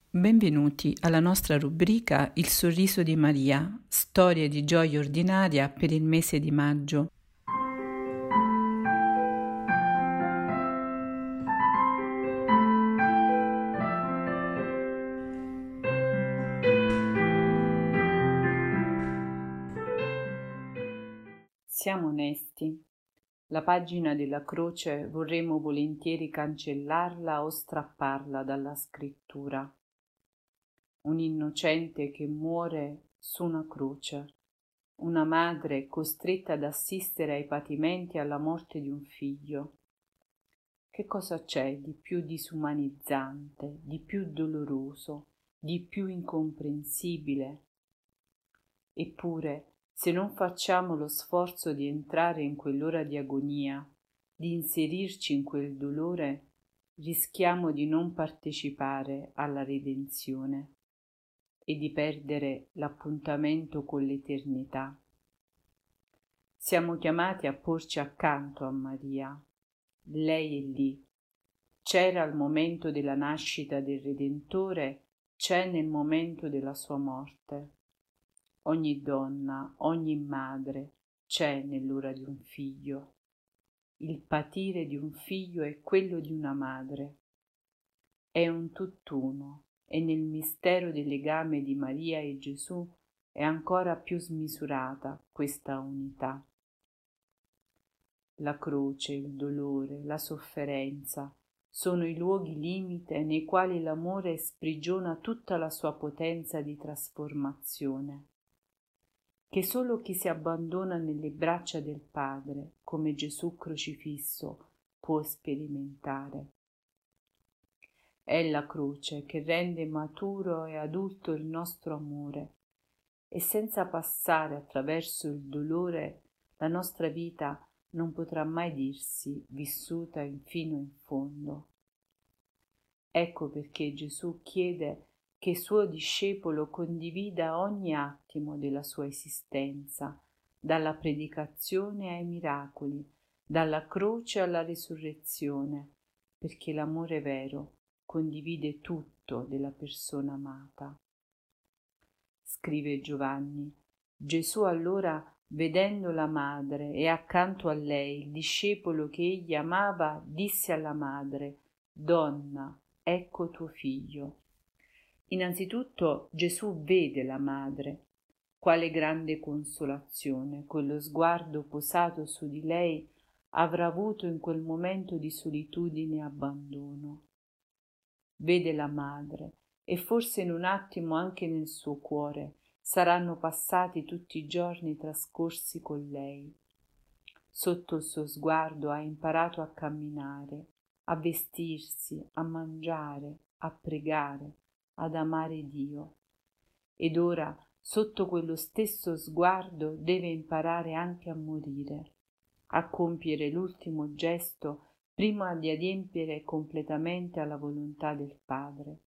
Benvenuti alla nostra rubrica Il sorriso di Maria, storie di gioia ordinaria per il mese di maggio. Siamo onesti. La pagina della croce vorremmo volentieri cancellarla o strapparla dalla scrittura. Un innocente che muore su una croce, una madre costretta ad assistere ai patimenti e alla morte di un figlio. Che cosa c'è di più disumanizzante, di più doloroso, di più incomprensibile? Eppure, se non facciamo lo sforzo di entrare in quell'ora di agonia, di inserirci in quel dolore, rischiamo di non partecipare alla redenzione e di perdere l'appuntamento con l'eternità. Siamo chiamati a porci accanto a Maria. Lei è lì. C'era al momento della nascita del Redentore, c'è nel momento della sua morte. Ogni donna, ogni madre c'è nell'ora di un figlio. Il patire di un figlio è quello di una madre. È un tutt'uno e nel mistero del legame di Maria e Gesù è ancora più smisurata questa unità. La croce, il dolore, la sofferenza sono i luoghi limite nei quali l'amore sprigiona tutta la sua potenza di trasformazione, che solo chi si abbandona nelle braccia del Padre, come Gesù crocifisso, può sperimentare. È la croce che rende maturo e adulto il nostro amore, e senza passare attraverso il dolore la nostra vita non potrà mai dirsi vissuta fino in fondo. Ecco perché Gesù chiede che il suo discepolo condivida ogni attimo della sua esistenza, dalla predicazione ai miracoli, dalla croce alla risurrezione, perché l'amore vero condivide tutto della persona amata. Scrive Giovanni, Gesù allora, vedendo la madre e accanto a lei il discepolo che egli amava, disse alla madre, «Donna, ecco tuo figlio». Innanzitutto Gesù vede la madre. Quale grande consolazione quello sguardo posato su di lei avrà avuto in quel momento di solitudine e abbandono. Vede la madre e forse in un attimo anche nel suo cuore saranno passati tutti i giorni trascorsi con lei. Sotto il suo sguardo ha imparato a camminare, a vestirsi, a mangiare, a pregare, ad amare Dio. Ed ora, sotto quello stesso sguardo, deve imparare anche a morire, a compiere l'ultimo gesto prima di adempiere completamente alla volontà del Padre.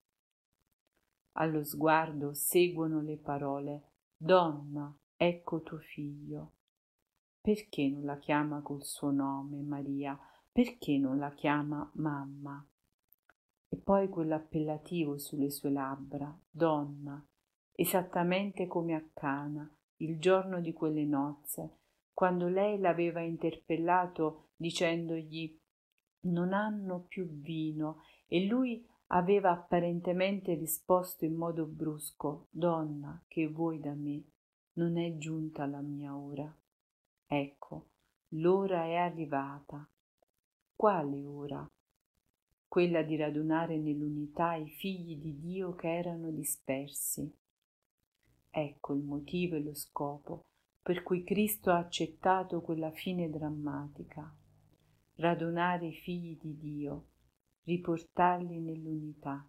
Allo sguardo seguono le parole «Donna, ecco tuo figlio». Perché non la chiama col suo nome, Maria? Perché non la chiama mamma? E poi quell'appellativo sulle sue labbra, donna, esattamente come a Cana, il giorno di quelle nozze, quando lei l'aveva interpellato dicendogli «Non hanno più vino» e lui aveva apparentemente risposto in modo brusco «Donna, che vuoi da me? Non è giunta la mia ora». Ecco, l'ora è arrivata. Quale ora? Quella di radunare nell'unità i figli di Dio che erano dispersi. Ecco il motivo e lo scopo per cui Cristo ha accettato quella fine drammatica. Radunare i figli di Dio, riportarli nell'unità.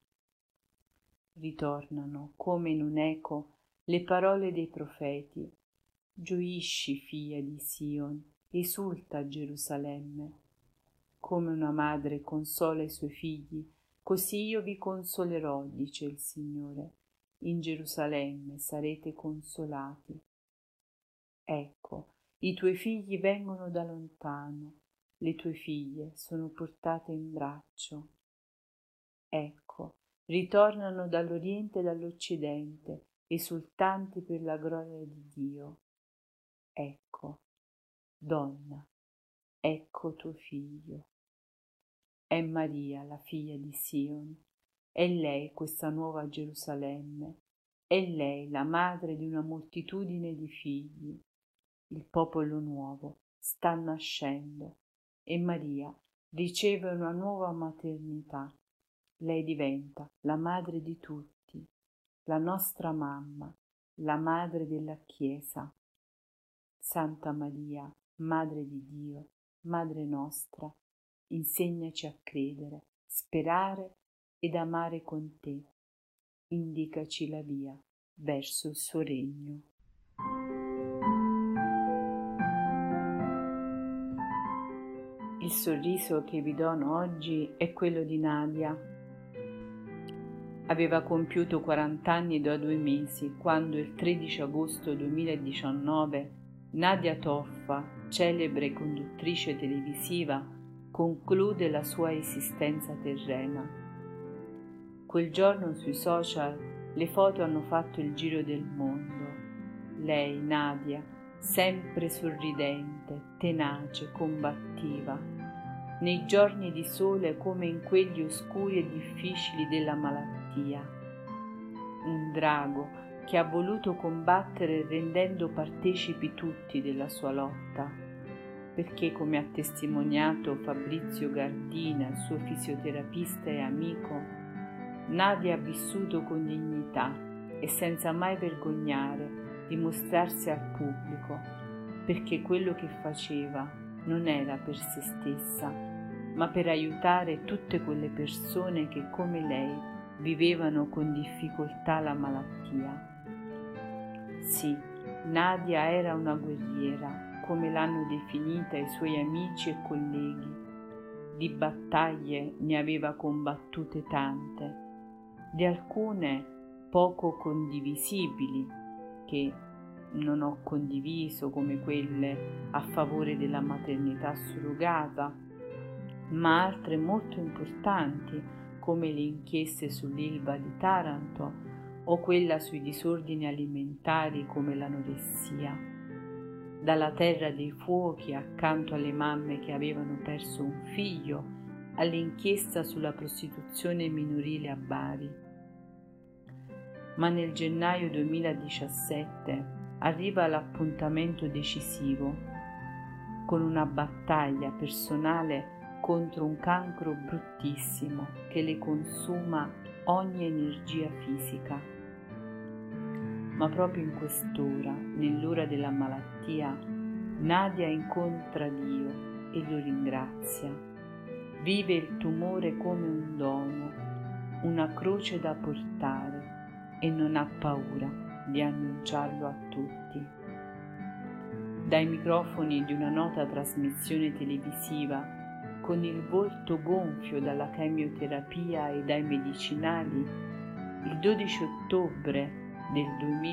Ritornano, come in un eco, le parole dei profeti. Gioisci, figlia di Sion, esulta Gerusalemme. Come una madre consola i suoi figli, così io vi consolerò, dice il Signore. In Gerusalemme sarete consolati. Ecco, i tuoi figli vengono da lontano, le tue figlie sono portate in braccio. Ecco, ritornano dall'Oriente e dall'Occidente, esultanti per la gloria di Dio. Ecco, donna, ecco tuo figlio. È Maria, la figlia di Sion. È lei questa nuova Gerusalemme. È lei la madre di una moltitudine di figli. Il popolo nuovo sta nascendo e Maria riceve una nuova maternità. Lei diventa la madre di tutti, la nostra mamma, la madre della Chiesa. Santa Maria, Madre di Dio, Madre nostra, insegnaci a credere, sperare ed amare con te. Indicaci la via verso il suo regno. Il sorriso che vi dono oggi è quello di Nadia. Aveva compiuto 40 anni da 2 mesi quando il 13 agosto 2019 Nadia Toffa, celebre conduttrice televisiva, conclude la sua esistenza terrena. Quel giorno sui social le foto hanno fatto il giro del mondo. Lei, Nadia, sempre sorridente, tenace, combattiva, nei giorni di sole come in quelli oscuri e difficili della malattia. Un drago che ha voluto combattere rendendo partecipi tutti della sua lotta, perché, come ha testimoniato Fabrizio Gardina, il suo fisioterapista e amico, Nadia ha vissuto con dignità e senza mai vergognare di mostrarsi al pubblico, perché quello che faceva non era per se stessa, ma per aiutare tutte quelle persone che, come lei, vivevano con difficoltà la malattia. Sì, Nadia era una guerriera, come l'hanno definita i suoi amici e colleghi. Di battaglie ne aveva combattute tante, di alcune poco condivisibili, che non ho condiviso, come quelle a favore della maternità surrogata, ma altre molto importanti, come le inchieste sull'Ilva di Taranto o quella sui disordini alimentari come l'anoressia. Dalla terra dei fuochi, accanto alle mamme che avevano perso un figlio, all'inchiesta sulla prostituzione minorile a Bari. Ma nel gennaio 2017 arriva l'appuntamento decisivo, con una battaglia personale contro un cancro bruttissimo che le consuma ogni energia fisica. Ma proprio in quest'ora, nell'ora della malattia, Nadia incontra Dio e lo ringrazia. Vive il tumore come un dono, una croce da portare, e non ha paura di annunciarlo a tutti. Dai microfoni di una nota trasmissione televisiva, con il volto gonfio dalla chemioterapia e dai medicinali, il 12 ottobre del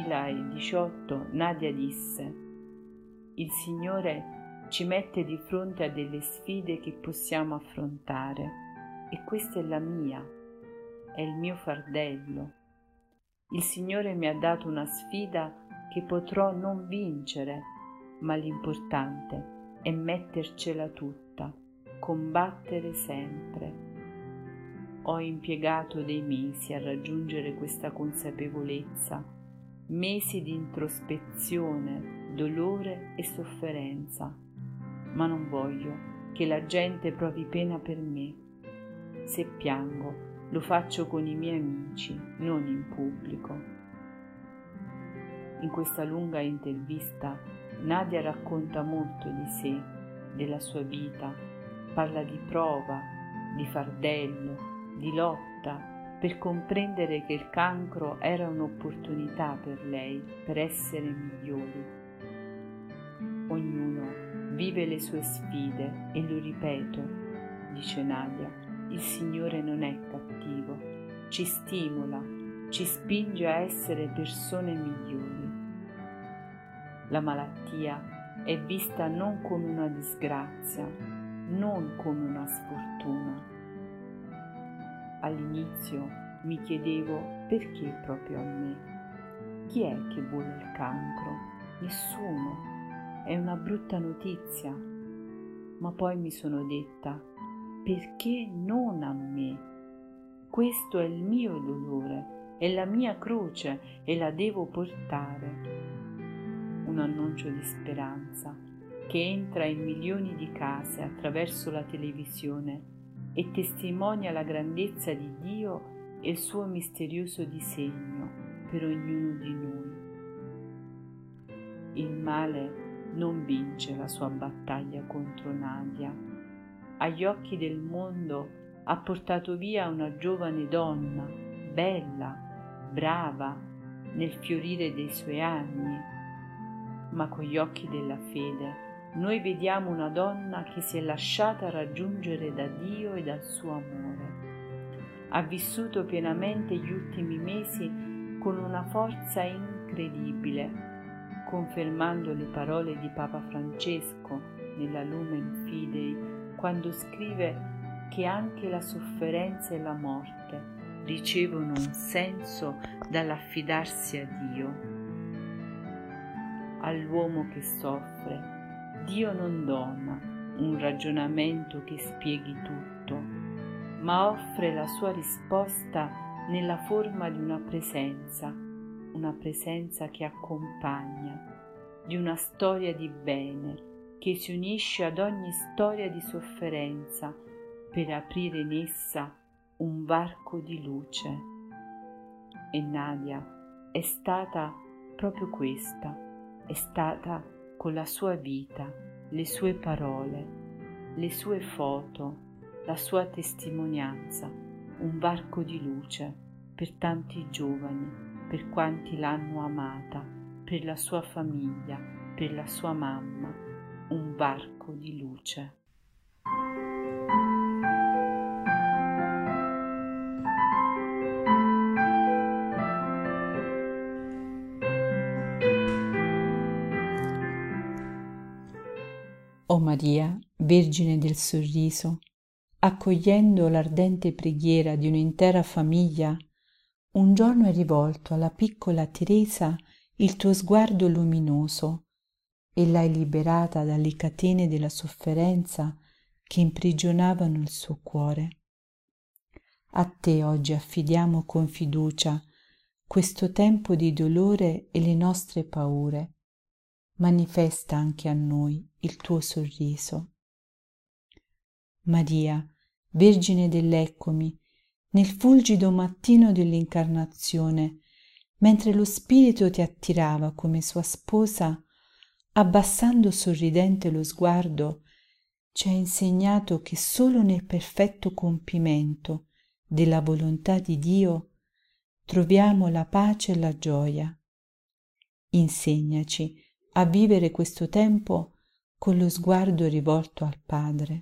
2018 Nadia disse: «Il Signore ci mette di fronte a delle sfide che possiamo affrontare, e questa è la mia, è il mio fardello. Il Signore mi ha dato una sfida che potrò non vincere, ma l'importante è mettercela tutta, combattere sempre. Ho impiegato dei mesi a raggiungere questa consapevolezza, mesi di introspezione, dolore e sofferenza, ma non voglio che la gente provi pena per me. Se piango, lo faccio con i miei amici, non in pubblico». In questa lunga intervista Nadia racconta molto di sé, della sua vita, parla di prova, di fardello, di lotta, per comprendere che il cancro era un'opportunità per lei, per essere migliori. Ognuno vive le sue sfide e lo ripeto, dice Nadia, il Signore non è cattivo, ci stimola, ci spinge a essere persone migliori. La malattia è vista non come una disgrazia, non come una sfortuna. All'inizio Mi chiedevo perché proprio a me. Chi è che vuole il cancro? Nessuno. È una brutta notizia. Ma poi mi sono detta, perché non a me? Questo è il mio dolore, è la mia croce e la devo portare. Un annuncio di speranza che entra in milioni di case attraverso la televisione e testimonia la grandezza di Dio e il suo misterioso disegno per ognuno di noi. Il male non vince la sua battaglia contro Nadia. Agli occhi del mondo ha portato via una giovane donna, bella, brava, nel fiorire dei suoi anni, ma con gli occhi della fede noi vediamo una donna che si è lasciata raggiungere da Dio e dal suo amore. Ha vissuto pienamente gli ultimi mesi con una forza incredibile, confermando le parole di Papa Francesco nella Lumen Fidei quando scrive che anche la sofferenza e la morte ricevono un senso dall'affidarsi a Dio. All'uomo che soffre, Dio non dona un ragionamento che spieghi tutto, ma offre la sua risposta nella forma di una presenza che accompagna, di una storia di bene che si unisce ad ogni storia di sofferenza per aprire in essa un varco di luce. E Nadia è stata proprio questa, è stata con la sua vita, le sue parole, le sue foto, la sua testimonianza, un varco di luce per tanti giovani, per quanti l'hanno amata, per la sua famiglia, per la sua mamma, un varco di luce. O Maria, Vergine del Sorriso, accogliendo l'ardente preghiera di un'intera famiglia, un giorno hai rivolto alla piccola Teresa il tuo sguardo luminoso e l'hai liberata dalle catene della sofferenza che imprigionavano il suo cuore. A te oggi affidiamo con fiducia questo tempo di dolore e le nostre paure. Manifesta anche a noi il tuo sorriso. Maria, Vergine dell'Eccomi, nel fulgido mattino dell'Incarnazione, mentre lo Spirito ti attirava come sua sposa, abbassando sorridente lo sguardo, ci hai insegnato che solo nel perfetto compimento della volontà di Dio troviamo la pace e la gioia. Insegnaci a vivere questo tempo con lo sguardo rivolto al Padre.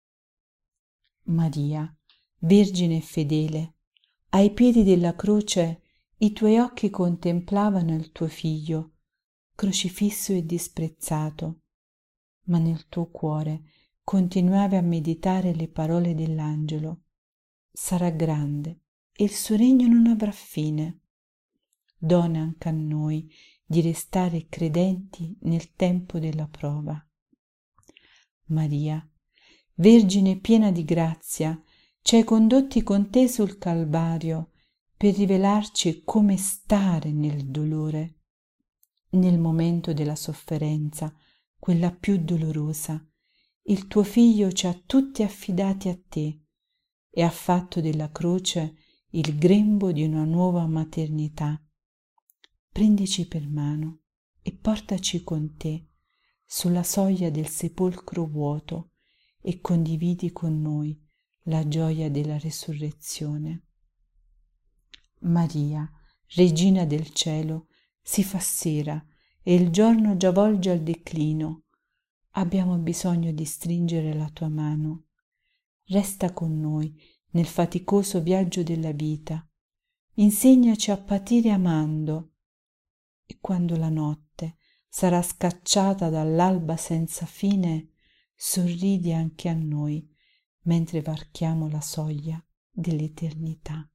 Maria, Vergine fedele, ai piedi della croce i tuoi occhi contemplavano il tuo figlio, crocifisso e disprezzato, ma nel tuo cuore continuavi a meditare le parole dell'angelo. Sarà grande e il suo regno non avrà fine. Dona anche a noi di restare credenti nel tempo della prova. Maria, Vergine piena di grazia, ci hai condotti con te sul Calvario per rivelarci come stare nel dolore. Nel momento della sofferenza, quella più dolorosa, il tuo Figlio ci ha tutti affidati a te e ha fatto della croce il grembo di una nuova maternità. Prendici per mano e portaci con te sulla soglia del sepolcro vuoto e condividi con noi la gioia della resurrezione. Maria, Regina del cielo, si fa sera e il giorno già volge al declino. Abbiamo bisogno di stringere la tua mano. Resta con noi nel faticoso viaggio della vita. Insegnaci a patire amando. E quando la notte sarà scacciata dall'alba senza fine, sorridi anche a noi mentre varchiamo la soglia dell'eternità.